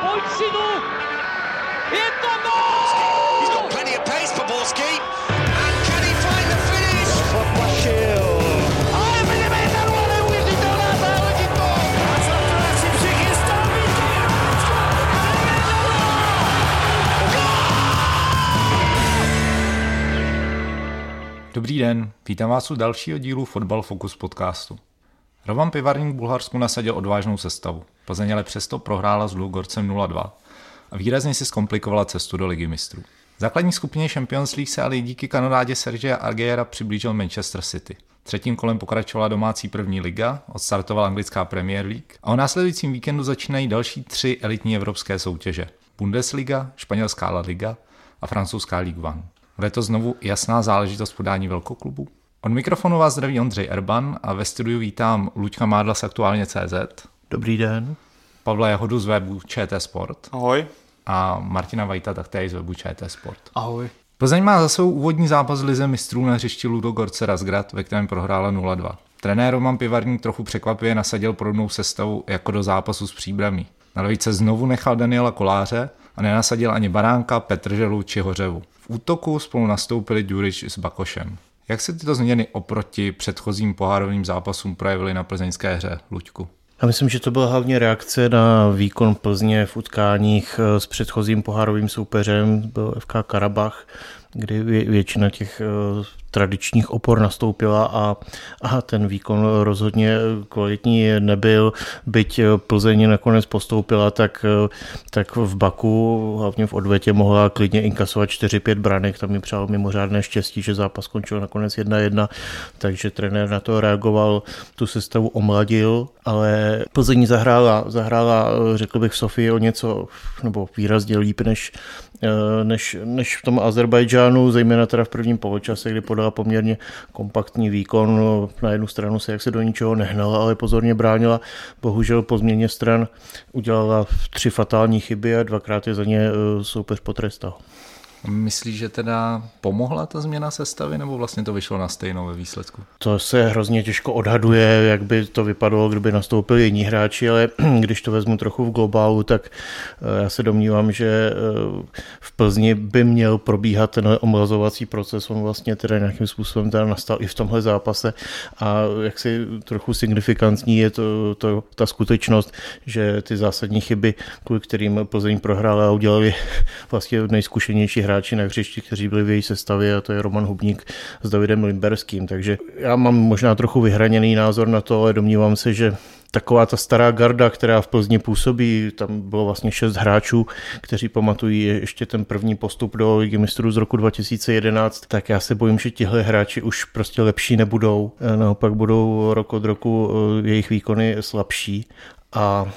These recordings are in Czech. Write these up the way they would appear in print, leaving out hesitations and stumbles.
pojď synu, je to gól! He's got plenty of pace for Borski. And can he find the finish? Ale milimetrů, neuvěřitelná záležitost! A za si přichystal Dobrý den, vítám vás u dalšího dílu Fotbal Focus podcastu. Roman Pivarník v Bulharsku nasadil odvážnou sestavu. Plzeň ale přesto prohrála s Ludogorcem 0-2 a výrazně si zkomplikovala cestu do Ligy mistrů. V základní skupině Champions League se ale díky kanonádě Sergia Aguera přiblížil Manchester City. Třetím kolem pokračovala domácí první liga, odstartovala anglická Premier League a o následujícím víkendu začínají další 3 elitní evropské soutěže. Bundesliga, španělská La Liga a francouzská Ligue 1. Bude to znovu jasná záležitost podání velkoklubu? Od mikrofonu vás zdraví Ondřej Erban a ve studiu vítám Luďka Mádla z Aktuálně.cz. Dobrý den. Pavla Jahodu z webu ČT Sport. Ahoj. A Martina Vajta taktéž z webu ČT Sport. Ahoj. Plzeň má za svou úvodní zápas v lize mistrů na hřišti Ludogorce Razgrad, ve kterém prohrála 0-2. Trenér Roman Pivarník trochu překvapivě nasadil podobnou sestavu jako do zápasu s Příbramí. Na lavice znovu nechal Daniela Koláře a nenasadil ani Baránka, Petrželu či Hořevu. V útoku spolu nastoupili Ďurič s Bakošem. Jak se tyto změny oproti předchozím pohárovým zápasům projevily na plzeňské hře, Luďku? Já myslím, že to byla hlavně reakce na výkon Plzně v utkáních s předchozím pohárovým soupeřem, byl FK Karabach, kdy většina těch tradičních opor nastoupila a ten výkon rozhodně kvalitní nebyl. Byť Plzeň nakonec postoupila, tak v Baku, hlavně v odvetě, mohla klidně inkasovat 4-5 branek. Tam mi přál mimořádné štěstí, že zápas skončil nakonec 1-1, takže trenér na to reagoval, tu sestavu omladil, ale Plzeň zahrála, řekl bych, v Sofii o něco, nebo výrazně líp než v tom Azerbajdžánu, zejména teda v prvním poločase, kdy podala poměrně kompaktní výkon. Na jednu stranu se do ničeho nehnala, ale pozorně bránila. Bohužel po změně stran udělala 3 fatální chyby a 2krát je za ně soupeř potrestal. Myslíš, že teda pomohla ta změna sestavy, nebo vlastně to vyšlo na stejnou ve výsledku? To se hrozně těžko odhaduje, jak by to vypadalo, kdyby nastoupili jiní hráči, ale když to vezmu trochu v globálu, tak já se domnívám, že v Plzni by měl probíhat ten omlazovací proces. On vlastně teda nějakým způsobem teda nastal i v tomhle zápase a jaksi trochu signifikantní je ta skutečnost, že ty zásadní chyby, kvůli kterým Plzeň prohrála a udělali vlastně nejzkušenější hráči na hřišti, kteří byli v její sestavě, a to je Roman Hubník s Davidem Limberským. Takže já mám možná trochu vyhraněný názor na to, ale domnívám se, že taková ta stará garda, která v Plzni působí, tam bylo vlastně 6 hráčů, kteří pamatují ještě ten první postup do Ligy mistrů z roku 2011, tak já se bojím, že tihle hráči už prostě lepší nebudou. Naopak budou rok od roku jejich výkony slabší a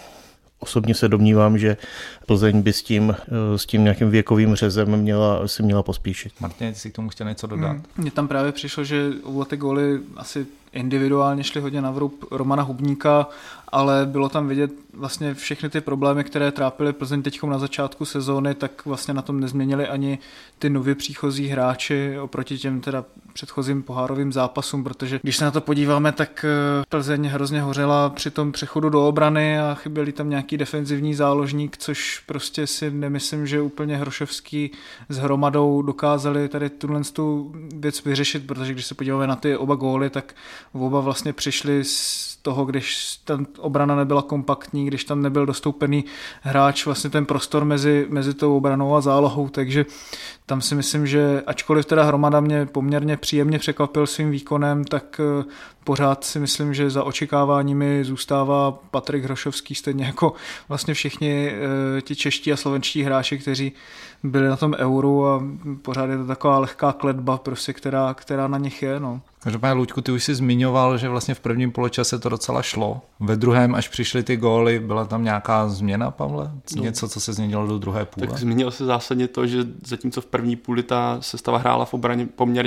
osobně se domnívám, že Plzeň by s tím nějakým věkovým řezem si měla pospíšit. Martin, jsi k tomu chtěl něco dodat? Mně tam právě přišlo, že oba ty góly asi individuálně šly hodně na vrub Romana Hubníka, ale bylo tam vidět vlastně všechny ty problémy, které trápily Plzeň teďkom na začátku sezóny, tak vlastně na tom nezměnili ani ty nově příchozí hráči oproti těm teda předchozím pohárovým zápasům, protože když se na to podíváme, tak Plzeň hrozně hořela při tom přechodu do obrany a chyběli tam nějaký defenzivní záložník, což prostě si nemyslím, že úplně Hrošovský s Hromadou dokázali tady tu věc vyřešit, protože když se podíváme na ty oba góly, tak oba vlastně přišli z toho, když ta obrana nebyla kompaktní, když tam nebyl dostoupený hráč, vlastně ten prostor mezi tou obranou a zálohou, takže tam si myslím, že ačkoliv teda Hromada mě poměrně příjemně překvapil svým výkonem, tak pořád si myslím, že za očekáváními zůstává Patrik Hrošovský, stejně jako vlastně všichni ti čeští a slovenští hráči, kteří byli na tom Euru, a pořád je to taková lehká kletba, prostě, která na nich je. No. Každopádně, Luďku, ty už jsi zmiňoval, že vlastně v prvním poločase to docela šlo. Ve druhém, až přišly ty góly, byla tam nějaká změna, Pavle? Něco, co se změnilo do druhé půle? Tak změnilo se zásadně to, že zatímco v první půli ta sestava hrála v obraně poměrně kompaktně,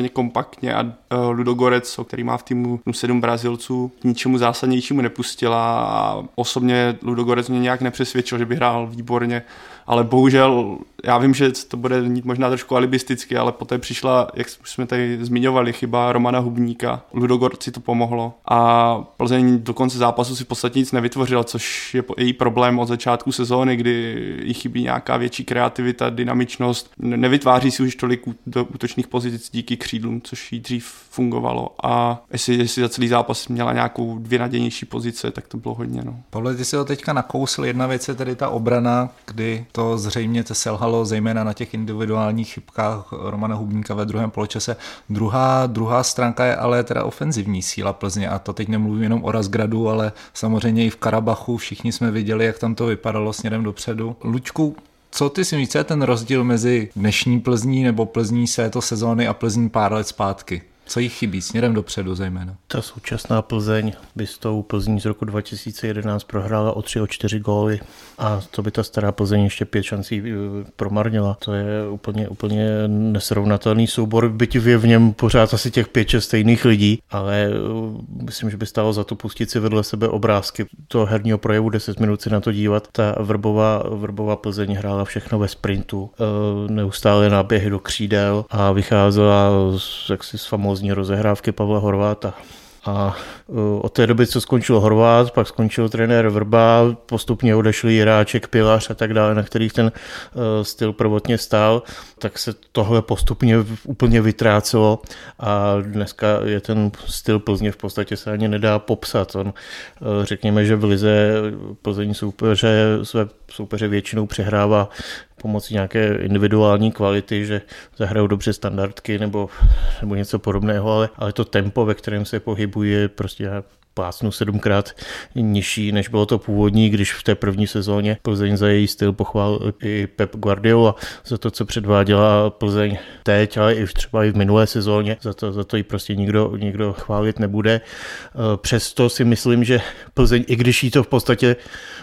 kompaktně a Ludogorec, který má v týmu 7 Brazilců, k ničemu zásadnějšímu nepustila a osobně Ludogorec mě nějak nepřesvědčil, že by hrál výborně, ale bohužel já vím, že to bude znít možná trošku alibisticky, ale poté přišla, jak jsme tady zmiňovali, chyba Romana Hubníka. Ludogorci to pomohlo a Plzeň do konce zápasu si v podstatě nic nevytvořila, což je její problém od začátku sezóny, kdy jí chybí nějaká větší kreativita, dynamičnost. Nevytváří si už tolik do útočných pozic díky křídlům, což jí dřív fungovalo a jestli za celý zápas měla nějakou 2 nadějnější pozice, tak to bylo hodně. No. Pavle, ty si ho teďka nakousl, jedna věc je tedy ta obrana, kdy to zřejmě selhalo zejména na těch individuálních chybkách Romana Hubníka ve druhém poločase. Druhá stránka je ale teda ofenzivní síla Plzně a to teď nemluvím jenom o Razgradu, ale samozřejmě i v Karabachu všichni jsme viděli, jak tam to vypadalo směrem dopředu. Luďku, co ty si myslíš, co je ten rozdíl mezi dnešní Plzní nebo Plzní z této sezóny a Plzní pár let zpátky? Co jí chybí směrem dopředu zejména? Ta současná Plzeň by s tou Plzní z roku 2011 prohrála o 3-4 góly a to by ta stará Plzeň ještě 5 šancí promarnila. To je úplně nesrovnatelný soubor, byť je v něm pořád asi těch 5-6 stejných lidí, ale myslím, že by stálo za to pustit si vedle sebe obrázky toho herního projevu, 10 minut si na to dívat. Ta Vrbová Plzeň hrála všechno ve sprintu, neustále náběhy do křídel a vycházela z famózní rozehrávky Pavla Horváta. A od té doby, co skončil Horvát, pak skončil trenér Vrba, postupně odešli Jiráček, Pilař a tak dále, na kterých ten styl prvotně stál, tak se tohle postupně úplně vytrácelo a dneska je ten styl Plzně v podstatě se ani nedá popsat. Řekněme, že v lize Plzeň své soupeře většinou přehrává pomocí nějaké individuální kvality, že zahrajou dobře standardky nebo něco podobného, ale to tempo, ve kterém se pohybují, je prostě plácnu 7krát nižší, než bylo to původní, když v té první sezóně Plzeň za její styl pochválil i Pep Guardiola za to, co předváděla Plzeň teď, ale i třeba i v minulé sezóně, za to ji prostě nikdo chválit nebude. Přesto si myslím, že Plzeň, i když jí to v podstatě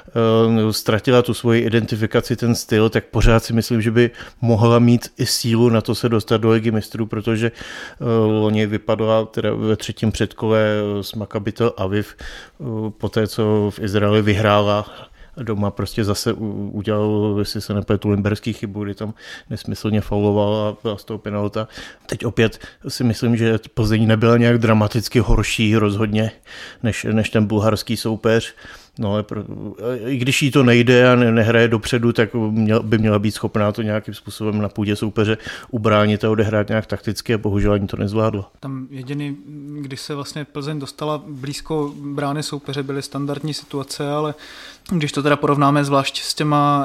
ztratila tu svoji identifikaci, ten styl, tak pořád si myslím, že by mohla mít i sílu na to se dostat do Ligy mistrů, protože loni vypadla teda ve 3. předkole s Maccabi Tel Aviv, poté co v Izraeli vyhrála doma, prostě zase udělal, jestli se nepletu, limberský chybu, kdy tam nesmyslně fauloval a byla z toho penalta. Teď opět si myslím, že Plzeň nebyla nějak dramaticky horší rozhodně než ten bulharský soupeř. No, ale i když jí to nejde a nehraje dopředu, tak by měla být schopná to nějakým způsobem na půdě soupeře ubránit a odehrát nějak takticky a bohužel ani to nezvládla. Tam jediný, když se vlastně Plzeň dostala blízko brány soupeře, byly standardní situace, ale když to teda porovnáme zvlášť s těma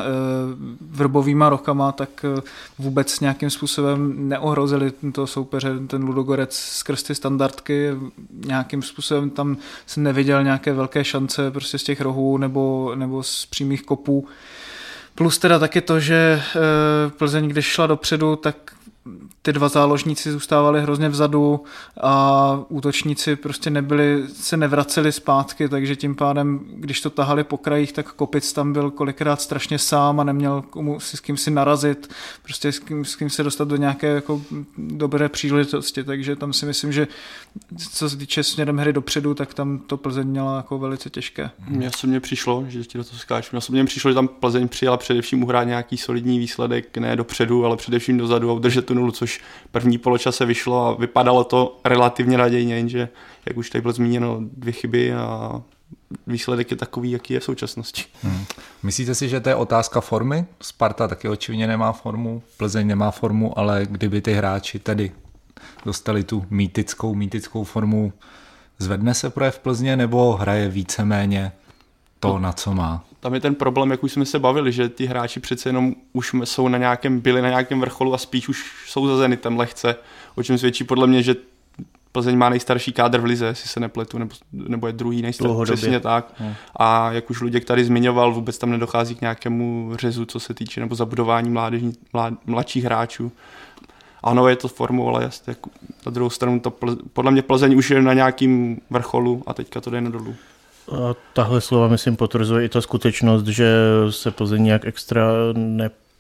Vrbovýma rokama, tak vůbec nějakým způsobem neohrozili to soupeře, ten Ludogorec skrz ty standardky, nějakým způsobem tam se neviděl nějaké velké šance prostě z těch rohů nebo z přímých kopů. Plus teda taky to, že Plzeň, když šla dopředu, tak ty 2 záložníci zůstávali hrozně vzadu a útočníci prostě se nevraceli zpátky, takže tím pádem, když to tahali po krajích, tak Kopic tam byl kolikrát strašně sám a neměl s kým si narazit, prostě s kým se dostat do nějaké jako dobré příležitosti, takže tam si myslím, že co se týče směrem hry dopředu, tak tam to Plzeň měla jako velice těžké. Mně přišlo, že ti do toho skáču, mně přišlo, že tam Plzeň přijela především uhrát nějaký solidní výsledek, ne dopředu, ale především dozadu a udržet tu nulu, což první poločase vyšlo a vypadalo to relativně nadějně, jenže, jak už tady bylo zmíněno, 2 chyby a výsledek je takový, jaký je v současnosti. Myslíte si, že to je otázka formy? Sparta taky očividně nemá formu, Plzeň nemá formu, ale kdyby ty hráči tedy dostali tu mýtickou formu, zvedne se projev Plzně nebo hraje víceméně to, na co má? Tam je ten problém, jak už jsme se bavili, že ty hráči přece jenom už byli na nějakém vrcholu a spíš už jsou za Zenitem lehce, o čem svědčí podle mě, že Plzeň má nejstarší kádr v lize, jestli se nepletu, nebo je druhý nejstarší, přesně tak. A jak už Luděk tady zmiňoval, vůbec tam nedochází k nějakému řezu, co se týče, nebo zabudování mladších hráčů. Ano, je to formou, ale jasně, na druhou stranu podle mě Plzeň už je na nějakým vrcholu a teďka to jde dolů. A tahle slova, myslím, potvrzuje i ta skutečnost, že se Plzeň nějak extra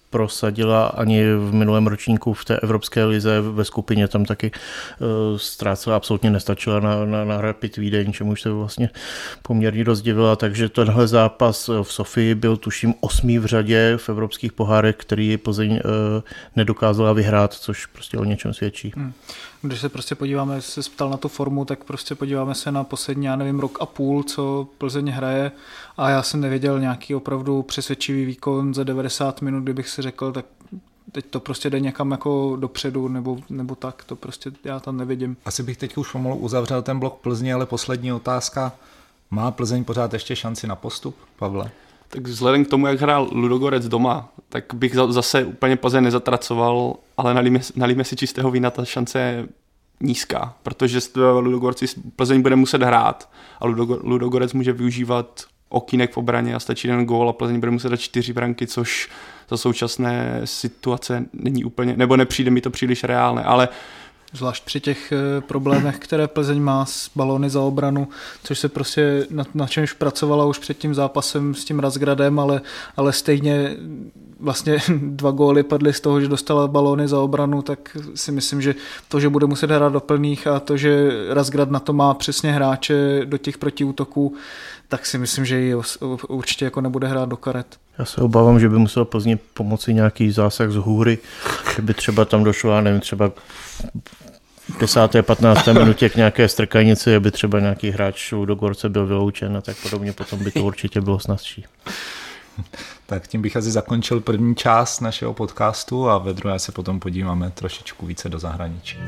prosadila ani v minulém ročníku v té evropské lize ve skupině, tam taky ztrácela, absolutně nestačila na Rapid Vídeň, čemuž se vlastně poměrně dost divila, takže tenhle zápas v Sofii byl tuším 8. v řadě v evropských pohárech, který Plzeň nedokázala vyhrát, což prostě o něčem svědčí. Když se prostě podíváme, se ptal na tu formu, tak prostě podíváme se na poslední, já nevím, rok a půl, co Plzeň hraje, a já jsem neviděl nějaký opravdu přesvědčivý výkon za 90 minut, kdybych si řekl, tak teď to prostě jde někam jako dopředu, nebo tak, to prostě já tam nevidím. Asi bych teď už pomalu uzavřel ten blok Plzně, ale poslední otázka. Má Plzeň pořád ještě šanci na postup, Pavle? Tak vzhledem k tomu, jak hrál Ludogorec doma, tak bych zase úplně Plzeň nezatracoval, ale nalíme si čistého vína, ta šance je nízká, protože Ludogorci Plzeň bude muset hrát a Ludogorec může využívat okýnek v obraně a stačí jeden gól a Plzeň bude muset dát 4 branky, což za současné situace není úplně, nebo nepřijde mi to příliš reálné, ale zvlášť při těch problémech, které Plzeň má s balóny za obranu, což se prostě na čemž pracovala už před tím zápasem s tím Razgradem, ale stejně vlastně 2 góly padly z toho, že dostala balóny za obranu, tak si myslím, že to, že bude muset hrát do plných a to, že Razgrad na to má přesně hráče do těch protiútoků, tak si myslím, že ji určitě jako nebude hrát do karet. Já se obávám, že by musel Plzni pomoci nějaký zásah z hůry, kdyby třeba tam došlo, já nevím, třeba v 10. 15. minutě k nějaké strkanici, aby třeba nějaký hráč do Gorce byl vyloučen a tak podobně, potom by to určitě bylo snazší. Tak tím bych asi zakončil první část našeho podcastu a ve druhé se potom podíváme trošičku více do zahraničí.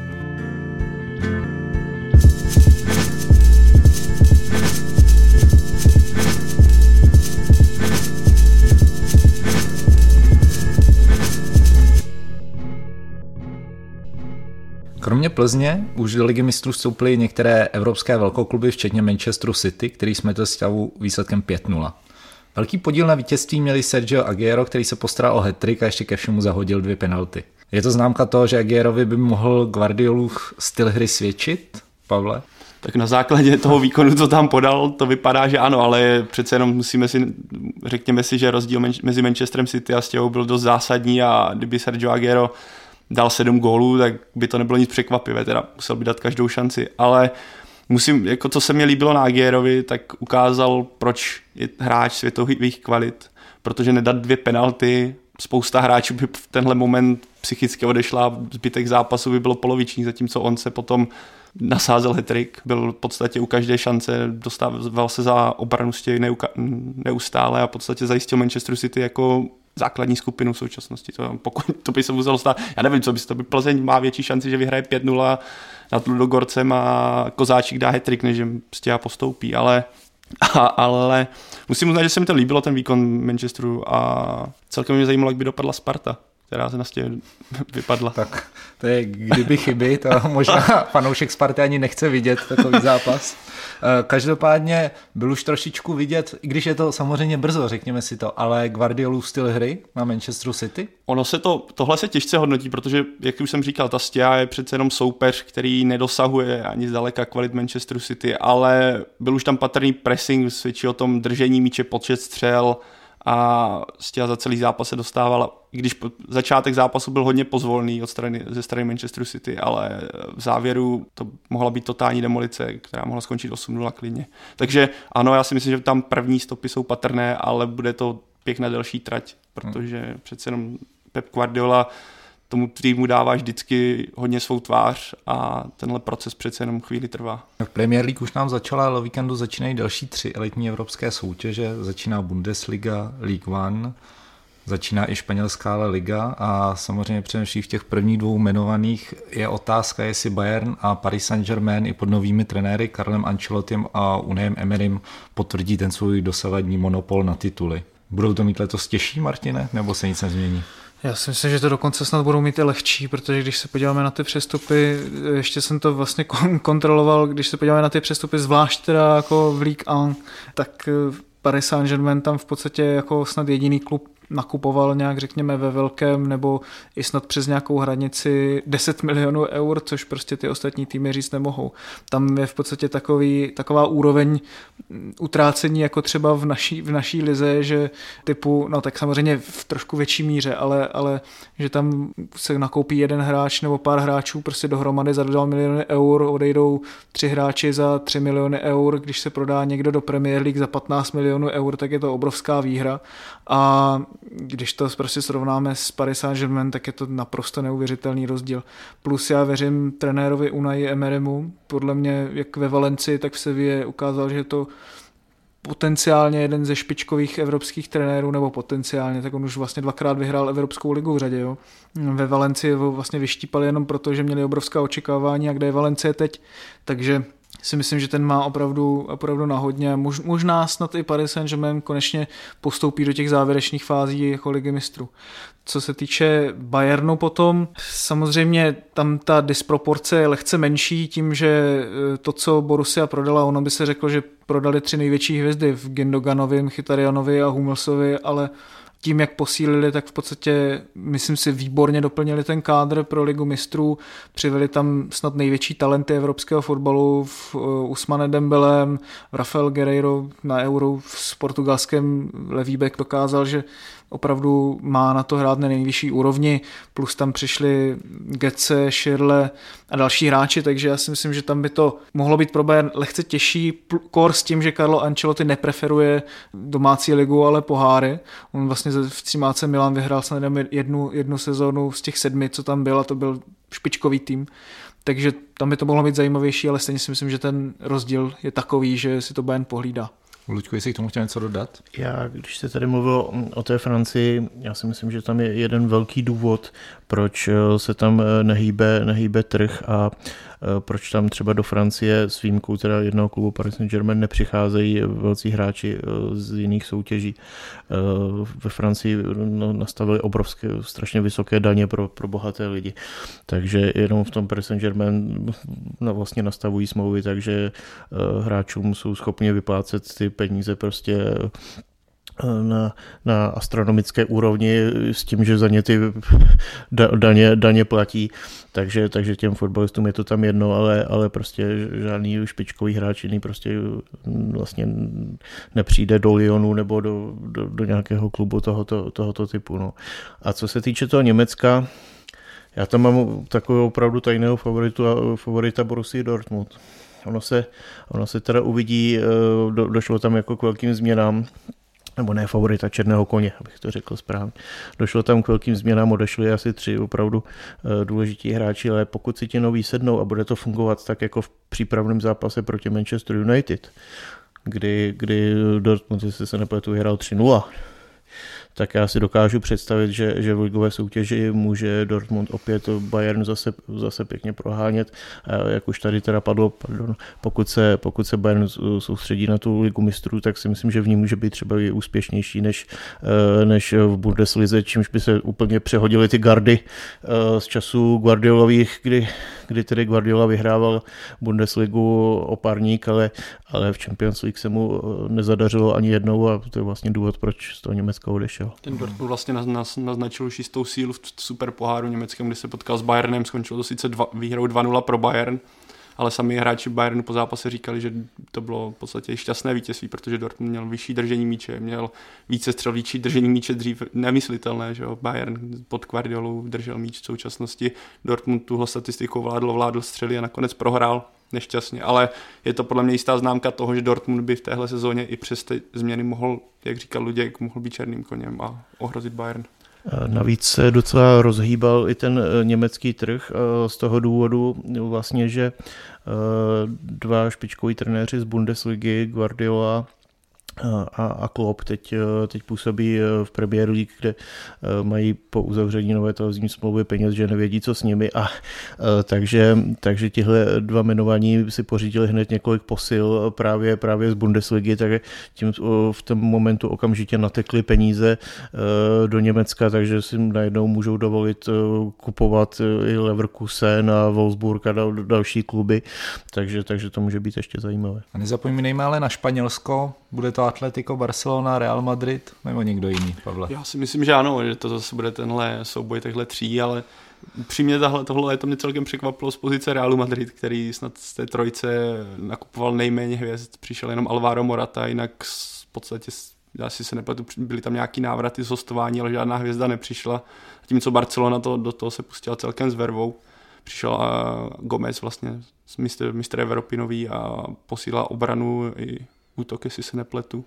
Kromě Plzně už do Ligy mistrů vstoupily některé evropské velkokluby, včetně Manchesteru City, který smetl stavu výsledkem 5-0. Velký podíl na vítězství měli Sergio Aguero, který se postaral o hat-trick a ještě ke všemu zahodil 2 penalty. Je to známka toho, že Aguerovi by mohl Guardiolův styl hry svědčit, Pavle? Tak na základě toho výkonu, co tam podal, to vypadá, že ano, ale přece jenom řekněme si, že rozdíl mezi Manchesterem City a Stěhou byl dost zásadní a kdyby Sergio Aguero dal 7 gólů, tak by to nebylo nic překvapivé, teda musel by dát každou šanci, ale jako co se mi líbilo na Aguerovi, tak ukázal, proč je hráč světových kvalit, protože nedat 2 penalty, spousta hráčů by v tenhle moment psychicky odešla, zbytek zápasu by bylo poloviční, zatímco on se potom nasázel hat-trick, byl v podstatě u každé šance, dostával se za obranu neustále a v podstatě zajistil Manchester City jako základní skupinu v současnosti. To by se muselo stát. Já nevím, co by to by Plzeň má větší šanci, že vyhraje 5-0 nad Ludogorcem a Kozáčik dá hat-trick, než Stěha postoupí, ale musím uznat, že se mi to líbilo, ten výkon Manchesteru a celkem mě zajímalo, jak by dopadla Sparta, která se na Stěhu vypadla. Tak to je kdyby chyby, to možná fanoušek Sparty ani nechce vidět takový zápas. Každopádně byl už trošičku vidět, i když je to samozřejmě brzo, řekněme si to, ale Guardiolův styl hry na Manchesteru City? Tohle se těžce hodnotí, protože, jak už jsem říkal, ta Stěha je přece jenom soupeř, který nedosahuje ani zdaleka kvalit Manchesteru City, ale byl už tam patrný pressing, svědčí o tom držení míče, počet střel a Stěha za celý zápas se dostávala, i když začátek zápasu byl hodně pozvolný ze strany Manchesteru City, ale v závěru to mohla být totální demolice, která mohla skončit 8-0 klidně. Takže ano, já si myslím, že tam první stopy jsou patrné, ale bude to pěkná delší trať, protože přece jenom Pep Guardiola tomu týmu dává vždycky hodně svou tvář a tenhle proces přece jenom chvíli trvá. V Premier League už nám začala, ale o víkendu začínají další 3 elitní evropské soutěže. Začíná Bundesliga, Ligue 1, začíná i španělská La Liga a samozřejmě především v těch prvních 2 jmenovaných je otázka, jestli Bayern a Paris Saint-Germain i pod novými trenéry Carlem Ancelottim a Uniem Emerym potvrdí ten svůj dosavadní monopol na tituly. Budou to mít letos těžší, Martine, nebo se nic nezmění? Já si myslím, že to dokonce snad budou mít i lehčí, protože když se podíváme na ty přestupy, ještě jsem to vlastně kontroloval, když se podíváme na ty přestupy, zvlášť teda jako v Ligue 1, tak Paris Saint-Germain tam v podstatě jako snad jediný klub nakupoval nějak, řekněme, ve velkém nebo i snad přes nějakou hranici 10 milionů eur, což prostě ty ostatní týmy říct nemohou. Tam je v podstatě taková úroveň utrácení jako třeba v naší lize, že typu, no tak samozřejmě v trošku větší míře, ale že tam se nakoupí jeden hráč nebo pár hráčů prostě dohromady za 2 miliony eur, odejdou 3 hráči za 3 miliony eur, když se prodá někdo do Premier League za 15 milionů eur, tak je to obrovská výhra a když to prostě srovnáme s Paris Saint-Germain, tak je to naprosto neuvěřitelný rozdíl. Plus já věřím trenérovi Unai Emerymu, podle mě jak ve Valencii, tak v Seville ukázal, že je to potenciálně jeden ze špičkových evropských trenérů, nebo potenciálně, tak on už vlastně 2krát vyhrál Evropskou ligu v řadě. Jo. Ve Valencii ho vlastně vyštípali jenom proto, že měli obrovská očekávání a kde je Valencie teď, takže si myslím, že ten má opravdu na hodně. Možná snad i Paris Saint-Germain konečně postoupí do těch závěrečných fází jako ligy mistrů. Co se týče Bayernu potom, samozřejmě tam ta disproporce je lehce menší tím, že to, co Borussia prodala, ono by se řeklo, že prodali 3 největší hvězdy v Gündoganovi, Mkhitarjanovi a Hummelsovi, ale tím, jak posílili, tak v podstatě, myslím si, výborně doplnili ten kádr pro ligu mistrů. Přiveli tam snad největší talenty evropského fotbalu v Ousmane Dembelem, Rafael Guerreiro na Euro s portugalském levý back dokázal, že opravdu má na to hrát na nejvyšší úrovni, plus tam přišli Götze, Schürrle a další hráči, takže já si myslím, že tam by to mohlo být pro Bayern lehce těžší, kor s tím, že Carlo Ancelotti nepreferuje domácí ligu, ale poháry. On vlastně v 13. Milan vyhrál snad jednu sezónu z těch 7, co tam byl, a to byl špičkový tým. Takže tam by to mohlo být zajímavější, ale stejně si myslím, že ten rozdíl je takový, že si to Bayern pohlídá. Luďku, jestli k tomu chtěl něco dodat? Já, když se tady mluvil o té Francii, já si myslím, že tam je jeden velký důvod, proč se tam nehýbe trh a proč tam třeba do Francie s výjimkou teda jednoho klubu Paris Saint-Germain nepřicházejí velcí hráči z jiných soutěží. Ve Francii nastavili strašně vysoké daně pro bohaté lidi. Takže jenom v tom Paris Saint-Germain vlastně nastavují smlouvy, takže hráčům jsou schopni vyplácet ty peníze prostě na astronomické úrovni s tím, že za ně ty daně platí, takže těm fotbalistům je to tam jedno, ale prostě žádný špičkový hráč jiný prostě vlastně nepřijde do Lyonu nebo do nějakého klubu tohoto typu. No. A co se týče toho Německa, já tam mám takového opravdu tajného favorita Borussii Dortmund. Ono se teda uvidí, došlo tam jako k velkým změnám, nebo ne favorita černého koně, abych to řekl správně. Došlo tam k velkým změnám, odešli asi 3 opravdu důležití hráči, ale pokud si ti noví sednou a bude to fungovat tak jako v přípravném zápase proti Manchester United, kdy Dortmund, jestli se nepletu, vyhrál 3-0, tak já si dokážu představit, že v ligové soutěži může Dortmund opět Bayern zase pěkně prohánět. A jak už tady teda padlo, pokud se Bayern soustředí na tu ligu mistrů, tak si myslím, že v ní může být třeba i úspěšnější než v Bundeslize, čímž by se úplně přehodily ty gardy z časů Guardiolových, kdy tedy Guardiola vyhrával Bundesligu o párník, ale v Champions League se mu nezadařilo ani jednou a to je vlastně důvod, proč z toho Německa odešel. Ten Dortmund vlastně naznačil už jistou sílu v superpoháru německém, kdy se potkal s Bayernem, skončilo to sice výhrou 2-0 pro Bayern, ale sami hráči Bayernu po zápase říkali, že to bylo v podstatě šťastné vítězství, protože Dortmund měl vyšší držení míče, měl více střel, větší držení míče dřív nemyslitelné, že jo. Bayern pod Guardiolou držel míč v současnosti, Dortmund tuhle statistiku vládl střely a nakonec prohrál nešťastně, ale je to podle mě jistá známka toho, že Dortmund by v téhle sezóně i přes ty změny mohl, jak říkal Luděk, mohl být černým koněm a ohrozit Bayern. Navíc se docela rozhýbal i ten německý trh z toho důvodu vlastně, že 2 špičkoví trenéři z Bundesligy, Guardiola a Klopp teď působí v Premier League, kde mají po uzavření nové televizní smlouvy peněz, že nevědí, co s nimi takže tihle 2 jmenovaní si pořídili hned několik posil právě z Bundesligy, takže tím v tom momentu okamžitě natekly peníze do Německa, takže si najednou můžou dovolit kupovat i Leverkusen a Wolfsburg a další kluby, takže to může být ještě zajímavé. A nezapomínejme ale na Španělsko, bude to Atletico, Barcelona, Real Madrid nebo někdo jiný, Pavle? Já si myslím, že ano, že to zase bude tenhle souboj těchto tří, ale upřímně tohle to mě celkem překvapilo z pozice Realu Madrid, který snad z té trojce nakupoval nejméně hvězd, přišel jenom Alvaro Morata, jinak v podstatě, já si se nepletu, byly tam nějaký návraty z hostování, ale žádná hvězda nepřišla. Zatímco Barcelona do toho se pustila celkem s vervou. Přišel Gomez vlastně, mistr Evropy nový a posílal obranu i útok, jestli se nepletu.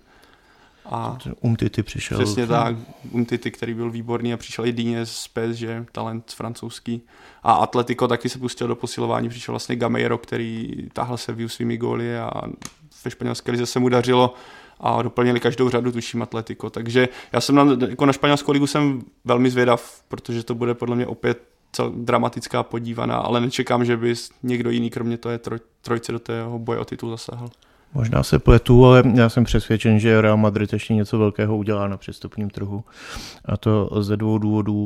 A Umtiti přišel. Přesně tak, Umtiti, který byl výborný a přišel i Díně z PSG, talent francouzský. A Atletico taky se pustil do posilování, přišel vlastně Gameiro, který táhl se svými góly a ve španělské lize se mu dařilo a doplnili každou řadu, tuším, Atletico. Takže já jsem na španělskou ligu jsem velmi zvědav, protože to bude podle mě opět dramatická podívaná, ale nečekám, že by někdo jiný, kromě toho trojce do tého boje o titul zasáhl. Možná se pletu, ale já jsem přesvědčen, že Real Madrid ještě něco velkého udělá na přestupním trhu. A to ze dvou důvodů.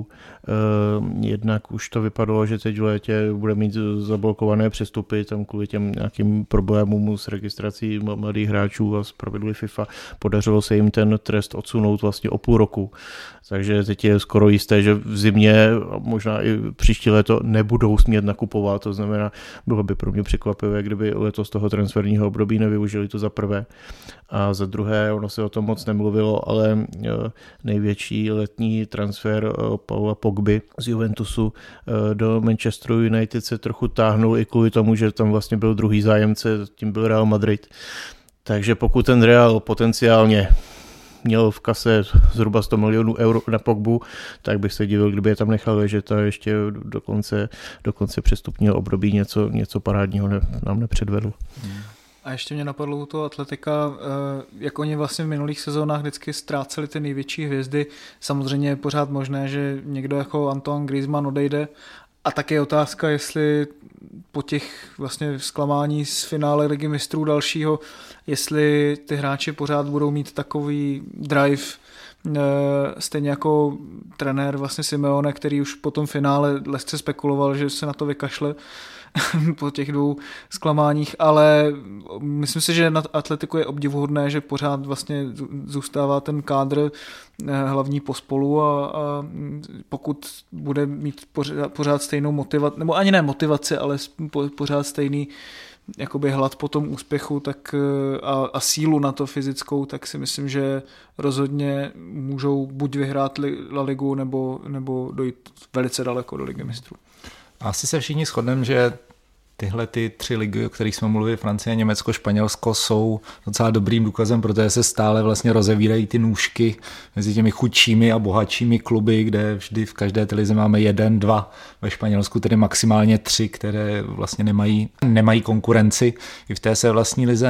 Jednak už to vypadalo, že teď v létě bude mít zablokované přestupy, tam kvůli těm nějakým problémům s registrací mladých hráčů a s pravidly FIFA. Podařilo se jim ten trest odsunout vlastně o půl roku. Takže teď je skoro jisté, že v zimě a možná i příští léto nebudou smět nakupovat. To znamená, bylo by pro mě překvapivé, kdyby letos toho transferního období nevyužili, to za prvé. A za druhé, ono se o tom moc nemluvilo, ale největší letní transfer Paula Pogby z Juventusu do Manchesteru United se trochu táhnul i kvůli tomu, že tam vlastně byl druhý zájemce, tím byl Real Madrid. Takže pokud ten Real potenciálně měl v kase zhruba 100 milionů euro na Pogbu, tak bych se divil, kdyby je tam nechal ležet a ještě do konce přestupního období něco parádního nám nepředvedl. A ještě mě napadlo u toho Atletika, jak oni vlastně v minulých sezónách vždycky ztráceli ty největší hvězdy. Samozřejmě je pořád možné, že někdo jako Antoine Griezmann odejde. A také je otázka, jestli po těch vlastně zklamání z finále Ligy mistrů dalšího, jestli ty hráči pořád budou mít takový drive, stejně jako trenér vlastně Simeone, který už po tom finále lehce spekuloval, že se na to vykašle po těch dvou zklamáních, ale myslím si, že na Atletiku je obdivuhodné, že pořád vlastně zůstává ten kádr hlavní pospolu a pokud bude mít pořád stejnou motivaci, nebo ani ne motivaci, ale pořád stejný jakoby hlad po tom úspěchu tak a sílu na to fyzickou, tak si myslím, že rozhodně můžou buď vyhrát La Ligu nebo dojít velice daleko do Ligy mistrů. Asi se všichni shodneme, že tyhle ty 3 ligy, o kterých jsme mluvili, Francie, Německo, Španělsko, jsou docela dobrým důkazem, protože se stále vlastně rozevírají ty nůžky mezi těmi chudšími a bohatšími kluby, kde vždy v každé té lize máme 1, 2, ve Španělsku tedy maximálně 3, které vlastně nemají konkurenci i v té své vlastní lize.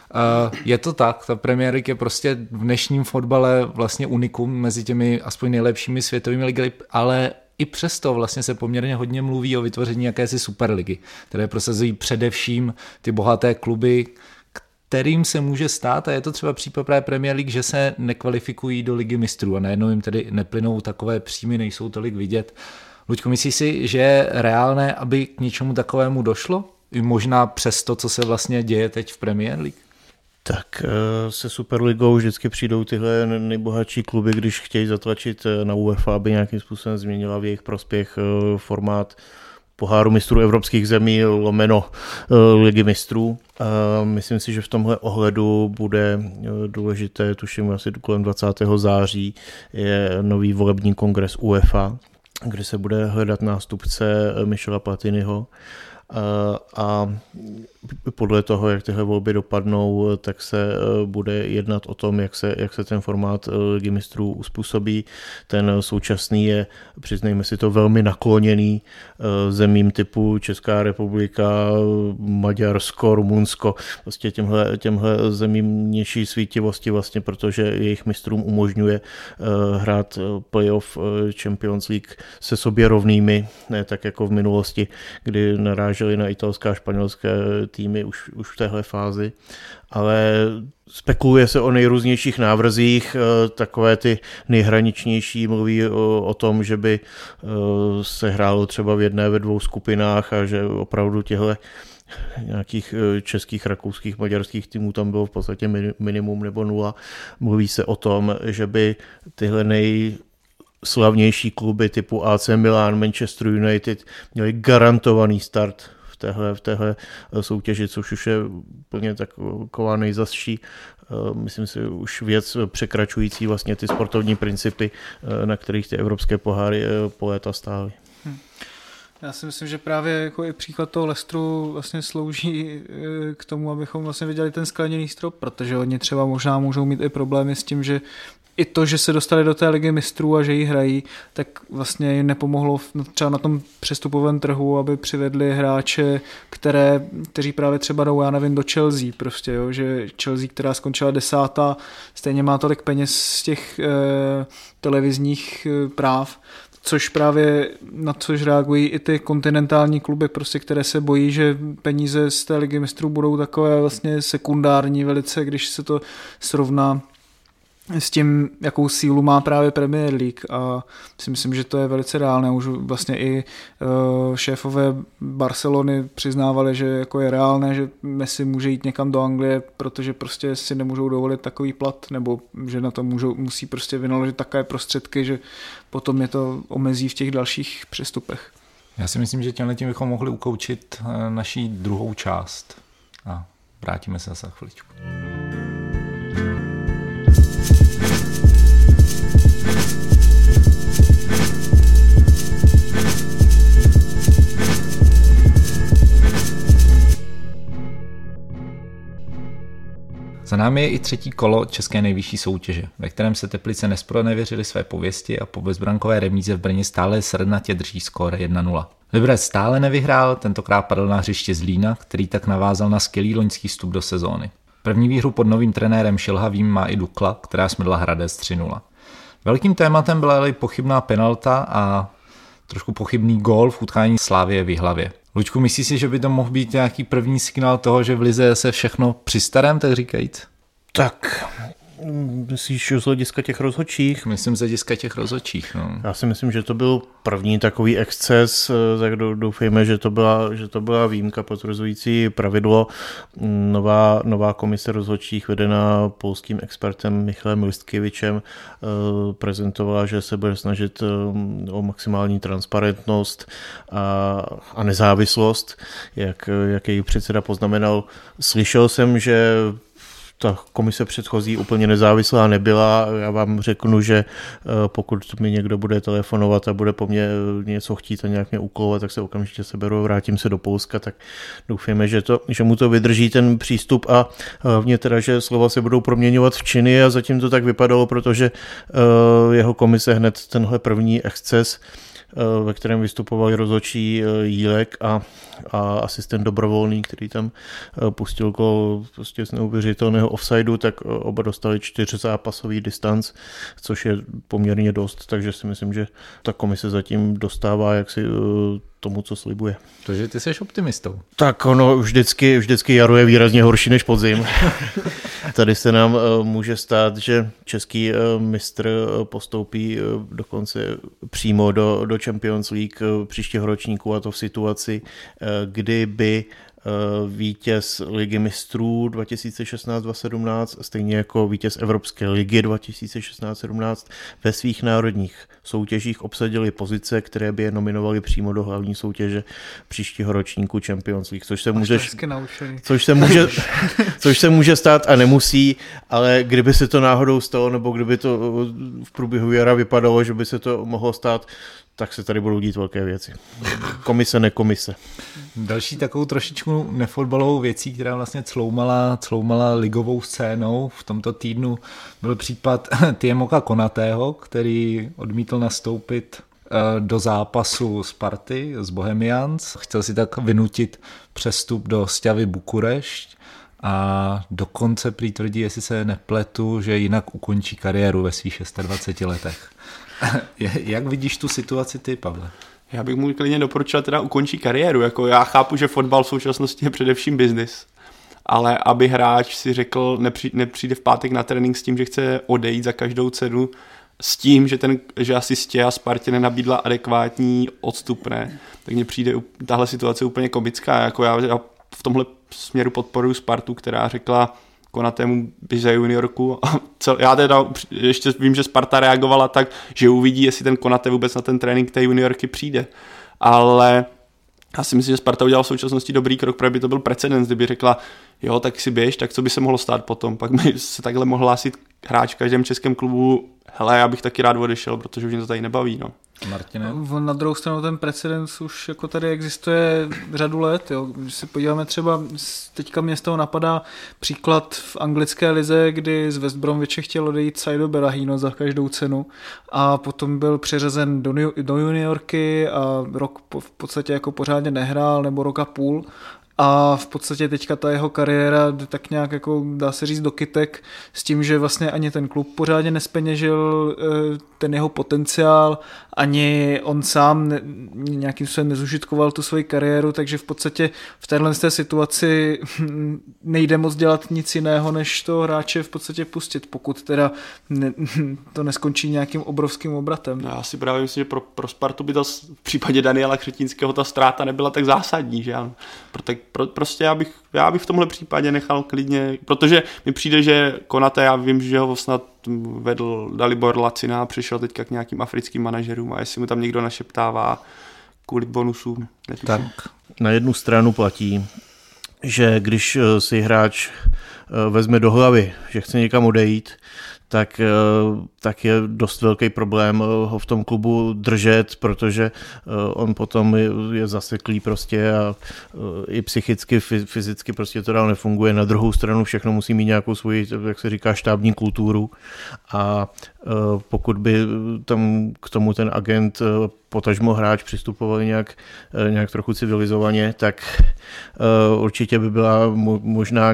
Je to tak, ta Premier League je prostě v dnešním fotbale vlastně unikum mezi těmi aspoň nejlepšími světovými ligy, ale i přesto vlastně se poměrně hodně mluví o vytvoření jakési superligy, které prosazují především ty bohaté kluby, kterým se může stát, a je to třeba případ právě Premier League, že se nekvalifikují do Ligy mistrů a najednou jim tedy neplynou takové příjmy, nejsou tolik vidět. Luďko, myslíš si, že je reálné, aby k něčemu takovému došlo? I možná přes to, co se vlastně děje teď v Premier League? Tak se Superligou vždycky přijdou tyhle nejbohatší kluby, když chtějí zatlačit na UEFA, aby nějakým způsobem změnila v jejich prospěch formát poháru mistrů evropských zemí lomeno Ligy mistrů. Myslím si, že v tomhle ohledu bude důležité, tuším asi kolem 20. září, je nový volební kongres UEFA, kde se bude hledat nástupce Michela Platiniho. A podle toho, jak tyhle volby dopadnou, tak se bude jednat o tom, jak se ten formát Ligy mistrů uspůsobí. Ten současný je, přiznejme si to, velmi nakloněný zemím typu Česká republika, Maďarsko, Rumunsko, vlastně těmhle zemím nější svítivosti, vlastně, protože jejich mistrům umožňuje hrát playoff Champions League se sobě rovnými, ne tak jako v minulosti, kdy naráželi na italské a španělské týmy už v téhle fázi, ale spekuluje se o nejrůznějších návrzích, takové ty nejhraničnější mluví o tom, že by se hrálo třeba v jedné, ve dvou skupinách a že opravdu nějakých českých, rakouských, maďarských týmů tam bylo v podstatě minimum nebo nula. Mluví se o tom, že by tyhle nejslavnější kluby typu AC Milan, Manchester United měli garantovaný start v téhle soutěži, což už je úplně taková nejzazší, myslím si, už věc překračující vlastně ty sportovní principy, na kterých ty evropské poháry po léta stály. Já si myslím, že právě jako i příklad toho Leicesteru vlastně slouží k tomu, abychom vlastně viděli ten skleněný strop, protože oni třeba možná můžou mít i problémy s tím, že i to, že se dostali do té ligy mistrů a že ji hrají, tak vlastně jim nepomohlo třeba na tom přestupovém trhu, aby přivedli hráče, kteří právě třeba jdou, já nevím, do Chelsea prostě, jo, že Chelsea, která skončila 10., stejně má tolik peněz z těch televizních práv, což právě na což reagují i ty kontinentální kluby, prostě, které se bojí, že peníze z té ligy mistrů budou takové vlastně sekundární velice, když se to srovná s tím, jakou sílu má právě Premier League, a si myslím, že to je velice reálné. Už vlastně i šéfové Barcelony přiznávali, že jako je reálné, že Messi může jít někam do Anglie, protože prostě si nemůžou dovolit takový plat, nebo že na to musí prostě vynaložit takové prostředky, že potom je to omezí v těch dalších přestupech. Já si myslím, že tímhletím bychom mohli ukoučit naší druhou část a vrátíme se za chviličku. Za námi je i třetí kolo české nejvyšší soutěže, ve kterém se Teplice nezpronevěřily své pověsti a po bezbrankové remíze v Brně stále srdnatě drží skóre 1-0. Liberec stále nevyhrál, tentokrát padl na hřiště Zlína, který tak navázal na skvělý loňský vstup do sezóny. První výhru pod novým trenérem Šilhavým má i Dukla, která smrdla Hradec 3-0. Velkým tématem byla ale i pochybná penalta a trošku pochybný gól v utkání Slavie v Jihlavě. Luďku, myslíš si, že by to mohl být nějaký první signál toho, že v lize se všechno při starém, tak říkajíc? Tak, myslíš z hlediska těch rozhodčích? Myslím z hlediska těch rozhodčích. No. Já si myslím, že to byl první takový exces, tak doufejme, že to byla výjimka potvrzující pravidlo. Nová komise rozhodčích vedená polským expertem Michalem Listkevičem prezentovala, že se bude snažit o maximální transparentnost a nezávislost, jak její předseda poznamenal. Slyšel jsem, že ta komise předchozí úplně nezávislá nebyla. Já vám řeknu, že pokud mi někdo bude telefonovat a bude po mně něco chtít a nějak mě úkolovat, tak se okamžitě seberu, vrátím se do Polska, tak doufejme, že mu to vydrží ten přístup a hlavně teda, že slova se budou proměňovat v činy a zatím to tak vypadalo, protože jeho komise hned tenhle první exces, ve kterém vystupovali rozhodčí Jílek a asistent Dobrovolný, který tam pustil gól prostě z neuvěřitelného offsideu, tak oba dostali 4zápasový distanc, což je poměrně dost, takže si myslím, že ta komise zatím dostává jaksi tomu, co slibuje. Takže ty jsi optimistou. Tak ono vždycky jaro je výrazně horší než podzim. Tady se nám může stát, že český mistr postoupí dokonce přímo do Champions League příštího ročníku, a to v situaci, kdyby vítěz Ligy mistrů 2016-2017, stejně jako vítěz Evropské ligy 2016-17 ve svých národních soutěžích obsadili pozice, které by je nominovaly přímo do hlavní soutěže příštího ročníku Champions League, což se může stát a nemusí, ale kdyby se to náhodou stalo, nebo kdyby to v průběhu jara vypadalo, že by se to mohlo stát, tak se tady budou dít velké věci. Komise, nekomise. Další takovou trošičku nefotbalovou věcí, která vlastně cloumala ligovou scénou v tomto týdnu, byl případ Tiemoka Konatého, který odmítl nastoupit do zápasu Sparty z Bohemians. Chtěl si tak vynutit přestup do Slavie Bukurešť a dokonce prý tvrdí, jestli se nepletu, že jinak ukončí kariéru ve svých 26 letech. Jak vidíš tu situaci ty, Pavle? Já bych mu klidně doporučil teda ukončit kariéru. Jako já chápu, že fotbal v současnosti je především biznis, ale aby hráč si řekl, nepřijde v pátek na trénink s tím, že chce odejít za každou cenu, s tím, že asistě a Spartě nenabídla adekvátní odstupné, tak mně přijde tahle situace úplně komická. Jako já v tomhle směru podporuji Spartu, která řekla Konatému běž za juniorku. Já teda ještě vím, že Sparta reagovala tak, že uvidí, jestli ten Konaté vůbec na ten trénink té juniorky přijde. Ale já si myslím, že Sparta udělala v současnosti dobrý krok, protože by to byl precedens, kdyby řekla, jo, tak si běž, tak co by se mohlo stát potom. Pak by se takhle mohl hlásit hráč v každém českém klubu, hele, já bych taky rád odešel, protože už mě to tady nebaví, no. Martine? Na druhou stranu ten precedens už jako tady existuje řadu let. Jo. Když se podíváme třeba, teďka mě z toho napadá příklad v anglické lize, kdy z West Bromwiche chtěl odejít Saido Berahino za každou cenu a potom byl přeřazen do juniorky a rok v podstatě jako pořádně nehrál, nebo rok a půl. A v podstatě teďka ta jeho kariéra tak nějak jako dá se říct do kytek s tím, že vlastně ani ten klub pořádně nespeněžil ten jeho potenciál, ani on sám nějakým způsobem nezužitkoval tu svoji kariéru, takže v podstatě v téhle situaci nejde moc dělat nic jiného, než to hráče v podstatě pustit, pokud teda to neskončí nějakým obrovským obratem. Já si právě myslím, že pro Spartu by to v případě Daniela Křetínského ta ztráta nebyla tak zásadní, že ano. Prostě já bych v tomhle případě nechal klidně, protože mi přijde, že Konaté, já vím, že ho snad vedl Dalibor Lacina a přišel teďka k nějakým africkým manažerům a jestli mu tam někdo našeptává kvůli bonusům. Tak na jednu stranu platí, že když si hráč vezme do hlavy, že chce někam odejít, tak je dost velký problém ho v tom klubu držet, protože on potom je zaseklý prostě a i psychicky, fyzicky prostě to dál nefunguje. Na druhou stranu všechno musí mít nějakou svoji, jak se říká, štábní kulturu a pokud by tam k tomu ten agent potažmo hráč přistupovali nějak trochu civilizovaně, tak určitě by byla možná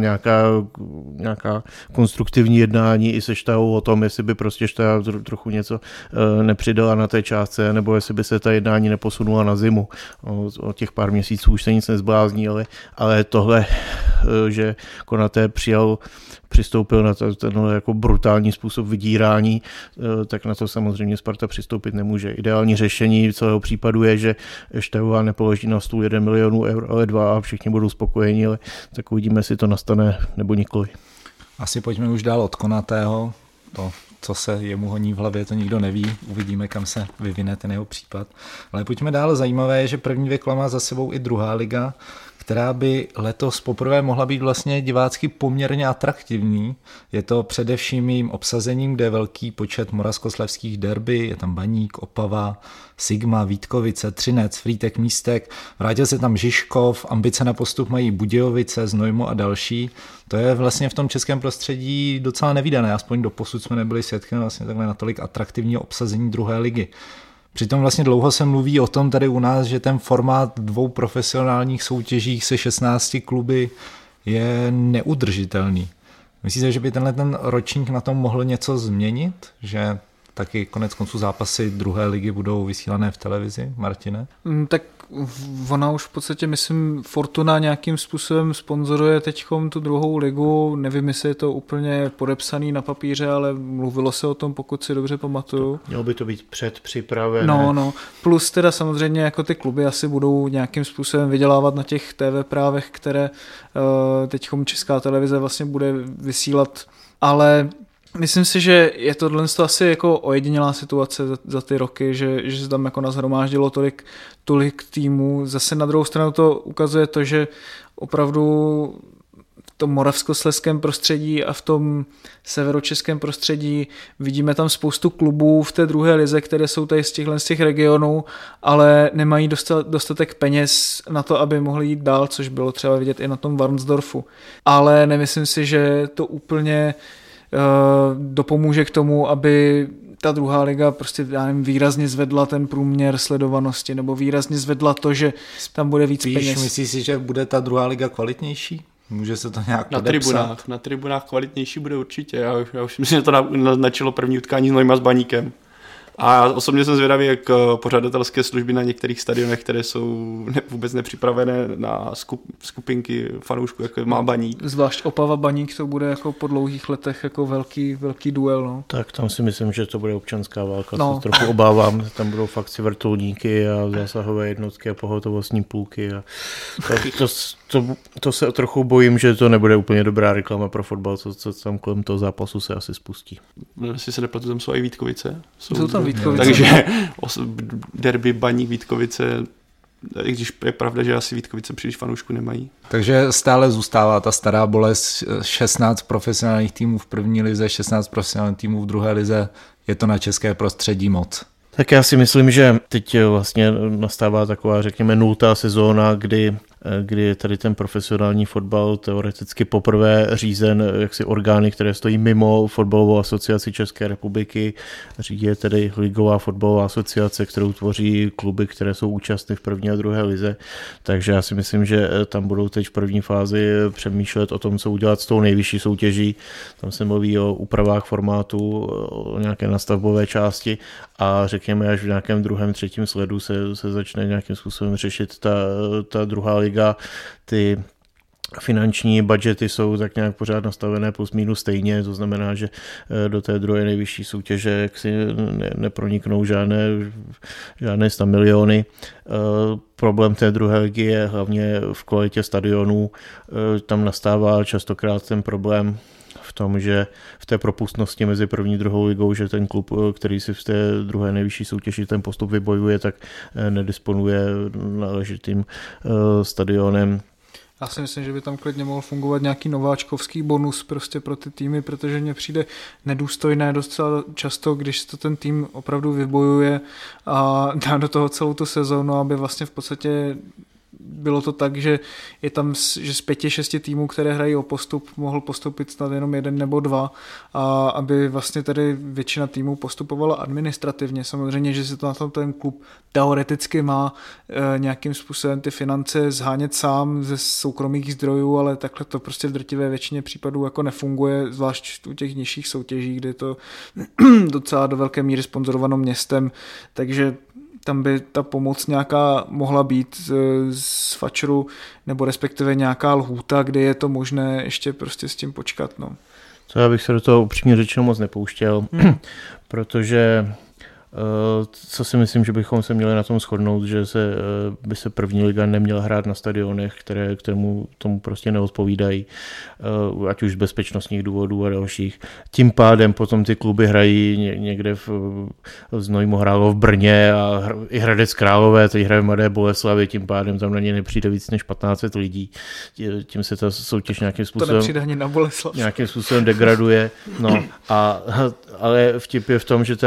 nějaká konstruktivní jednání i se Štávou o tom, jestli by prostě Štáva trochu něco nepřidala na té částce, nebo jestli by se ta jednání neposunula na zimu. O těch pár měsíců už se nic nezblázní, ale tohle, že Konaté přistoupil na tenhle jako brutální způsob vydírání, tak na to samozřejmě Sparta přistoupit nemůže. Ideální řešení celého případu je, že Štávová nepoloží na stůl 1 milion eur, ale 2 a všichni budou spokojení, ale tak uvidíme, jestli to nastane nebo nikoli. Asi pojďme už dál od Konatého. To, co se jemu honí v hlavě, to nikdo neví. Uvidíme, kam se vyvine ten jeho případ. Ale pojďme dál. Zajímavé je, že první 2 kola má za sebou i druhá liga, která by letos poprvé mohla být vlastně divácky poměrně atraktivní. Je to především jejím obsazením, kde je velký počet moravskoslezských derby, je tam Baník, Opava, Sigma, Vítkovice, Třinec, Frýtek, Místek, vrátil se tam Žižkov, ambice na postup mají Budějovice, Znojmo a další. To je vlastně v tom českém prostředí docela nevídané, aspoň doposud jsme nebyli svědky vlastně takhle natolik atraktivního obsazení druhé ligy. Přitom vlastně dlouho se mluví o tom tady u nás, že ten formát 2 profesionálních soutěží se 16 kluby je neudržitelný. Myslíte, že by ten ročník na tom mohl něco změnit? Že taky konec konců zápasy druhé ligy budou vysílané v televizi, Martine? Tak ona už v podstatě, myslím, Fortuna nějakým způsobem sponzoruje teďkom tu druhou ligu. Nevím, jestli je to úplně podepsaný na papíře, ale mluvilo se o tom, pokud si dobře pamatuju. Mělo by to být předpřipravené. No. Plus teda samozřejmě jako ty kluby asi budou nějakým způsobem vydělávat na těch TV právech, které teďkom Česká televize vlastně bude vysílat. Ale myslím si, že je tohle asi jako ojedinělá situace za ty roky, že se tam jako nashromáždilo tolik týmů. Zase na druhou stranu to ukazuje to, že opravdu v tom moravskoslezském prostředí a v tom severočeském prostředí vidíme tam spoustu klubů v té druhé lize, které jsou tady z těch regionů, ale nemají dostatek peněz na to, aby mohli jít dál, což bylo třeba vidět i na tom Varnsdorfu. Ale nemyslím si, že to úplně dopomůže k tomu, aby ta druhá liga prostě, já nevím, výrazně zvedla ten průměr sledovanosti nebo výrazně zvedla to, že tam bude víc peněz. Myslíš si, že bude ta druhá liga kvalitnější? Může se to nějak podepsat? Na tribunách kvalitnější bude určitě. Já už myslím, že to načilo první utkání s Znojma s Baníkem. A osobně jsem zvědavý, jak pořadatelské služby na některých stadionech, které jsou vůbec nepřipravené na skupinky fanoušků, jako má Baník. Zvlášť Opava Baník, to bude jako po dlouhých letech jako velký duel. No. Tak tam si myslím, že to bude občanská válka, co trochu obávám. Tam budou fakt si vrtulníky a zásahové jednotky a pohotovostní půlky. A to se trochu bojím, že to nebude úplně dobrá reklama pro fotbal, co tam kolem toho zápasu se asi spustí. Jestli se nepletu, tam jsou i Vítkovice. Jsou tam Vítkovice. Takže derby Baník Vítkovice, i když je pravda, že asi Vítkovice příliš fanoušku nemají. Takže stále zůstává ta stará bolest, 16 profesionálních týmů v první lize, 16 profesionálních týmů v druhé lize, je to na české prostředí moc. Tak já si myslím, že teď vlastně nastává taková, řekněme, 0. sezóna, kdy je tady ten profesionální fotbal teoreticky poprvé řízen jaksi orgány, které stojí mimo fotbalovou asociaci České republiky. Řídí je tedy Ligová fotbalová asociace, kterou tvoří kluby, které jsou účastny v první a druhé lize. Takže já si myslím, že tam budou teď v první fázi přemýšlet o tom, co udělat s tou nejvyšší soutěží. Tam se mluví o úpravách formátu, o nějaké nastavbové části a řekněme, až v nějakém druhém, třetím sledu se začne nějakým způsobem řešit ta druhá liga. Ty finanční budžety jsou tak nějak pořád nastavené plus minus stejně, to znamená, že do té druhé nejvyšší soutěže jaksi neproniknou žádné 100 miliony. Problém té druhé ligy je hlavně v kvalitě stadionů. Tam nastává častokrát ten problém v tom, že v té propustnosti mezi první a druhou ligou, že ten klub, který si v té druhé nejvyšší soutěži ten postup vybojuje, tak nedisponuje náležitým stadionem. Já si myslím, že by tam klidně mohl fungovat nějaký nováčkovský bonus prostě pro ty týmy, protože mně přijde nedůstojné docela často, když to ten tým opravdu vybojuje a dá do toho celou tu sezónu, aby vlastně v podstatě bylo to tak, že je tam, že z 5-6 týmů, které hrají o postup, mohl postoupit snad jenom 1 nebo 2 a aby vlastně tady většina týmů postupovala administrativně. Samozřejmě, že se to na tom ten klub teoreticky má nějakým způsobem ty finance zhánět sám ze soukromých zdrojů, ale takhle to prostě v drtivé většině případů jako nefunguje, zvlášť u těch nižších soutěží, kde je to docela do velké míry sponzorováno městem, takže tam by ta pomoc nějaká mohla být z fačru, nebo respektive nějaká lhůta, kde je to možné ještě prostě s tím počkat. No. To já bych se do toho upřímně řečeno moc nepouštěl, protože co si myslím, že bychom se měli na tom shodnout, že by se první liga neměla hrát na stadionech, které k tomu prostě neodpovídají, ať už z bezpečnostních důvodů a dalších. Tím pádem potom ty kluby hrají někde v Znojmu hrálo v Brně a i Hradec Králové, teď hraje v Mladé Boleslavi, tím pádem tam na ně nepřijde víc než 1500 lidí. Tím se ta soutěž nějakým způsobem, to nepřijde ani na Boleslav. Nějakým způsobem degraduje. No, ale vtip je v tom, že teda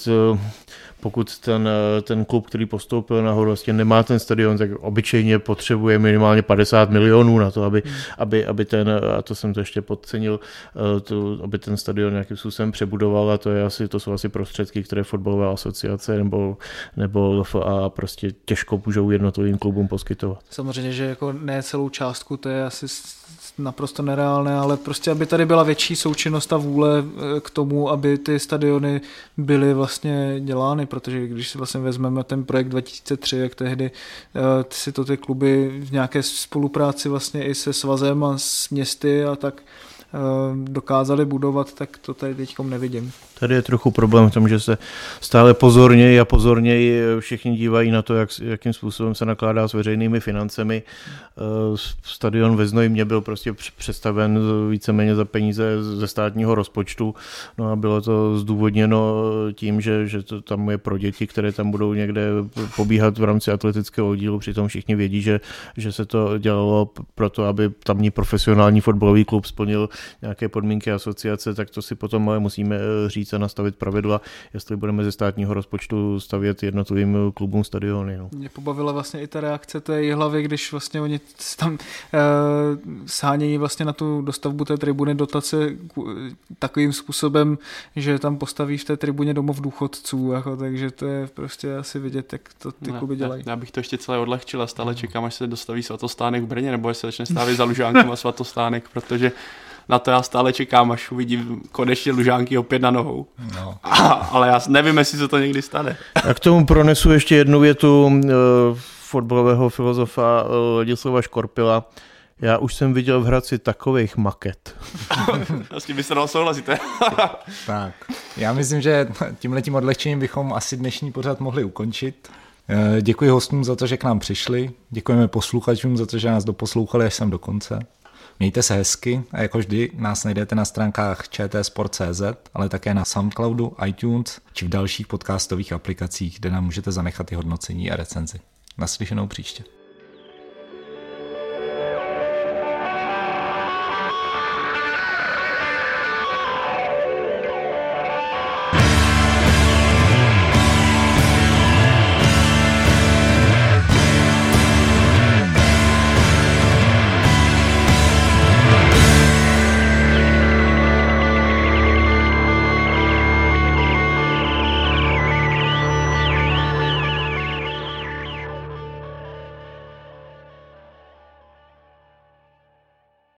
pokud ten klub, který postoupil nahoru, vlastně nemá ten stadion, tak obyčejně potřebuje minimálně 50 milionů na to, aby ten, a to jsem to ještě podcenil, aby ten stadion nějakým způsobem přebudoval a to jsou asi prostředky, které fotbalová asociace nebo LFA prostě těžko můžou jednotlivým klubům poskytovat. Samozřejmě, že jako ne celou částku, to je asi naprosto nereálné, ale prostě, aby tady byla větší součinnost a vůle k tomu, aby ty stadiony byly vlastně dělány, protože když si vlastně vezmeme ten projekt 2003, jak tehdy si to ty kluby v nějaké spolupráci vlastně i se svazem a s městy a tak dokázali budovat, tak to tady teďkom nevidím. Tady je trochu problém v tom, že se stále pozorněji všichni dívají na to, jakým způsobem se nakládá s veřejnými financemi. Stadion ve Znojmě byl prostě představen víceméně za peníze ze státního rozpočtu. No a bylo to zdůvodněno tím, že to tam je pro děti, které tam budou někde pobíhat v rámci atletického oddílu. Přitom všichni vědí, že se to dělalo proto, aby tamní profesionální fotbalový klub splnil nějaké podmínky asociace, tak to si potom ale musíme říct a nastavit pravidla, jestli budeme ze státního rozpočtu stavět jednotlivým klubům stadiony. No. Mě pobavila vlastně i ta reakce té Jihlavy, když vlastně oni tam shánějí vlastně na tu dostavbu té tribuny dotace takovým způsobem, že tam postaví v té tribuně domov důchodců, jako, takže to je prostě asi vidět, jak to ty kluby dělají. Já bych to ještě celé odlehčil a stále čekám, až se dostaví Svatostánek v Brně, nebo až se začne stavět za Lužánkem a Svatostánek, protože Na to já stále čekám, až uvidím konečně Lužánky opět na nohou. No. Ale já nevím, jestli se to někdy stane. A k tomu pronesu ještě jednu větu fotbalového filozofa Ladislava Škorpila. Já už jsem viděl v Hradci takovejch maket. S tím byste dal souhlasit. Tak, já myslím, že tímhletím odlehčením bychom asi dnešní pořad mohli ukončit. Děkuji hostům za to, že k nám přišli. Děkujeme posluchačům za to, že nás doposlouchali až sem do konce. Mějte se hezky a jako vždy nás najdete na stránkách čtsport.cz, ale také na Soundcloudu, iTunes či v dalších podcastových aplikacích, kde nám můžete zanechat i hodnocení a recenzi. Naslyšenou příště.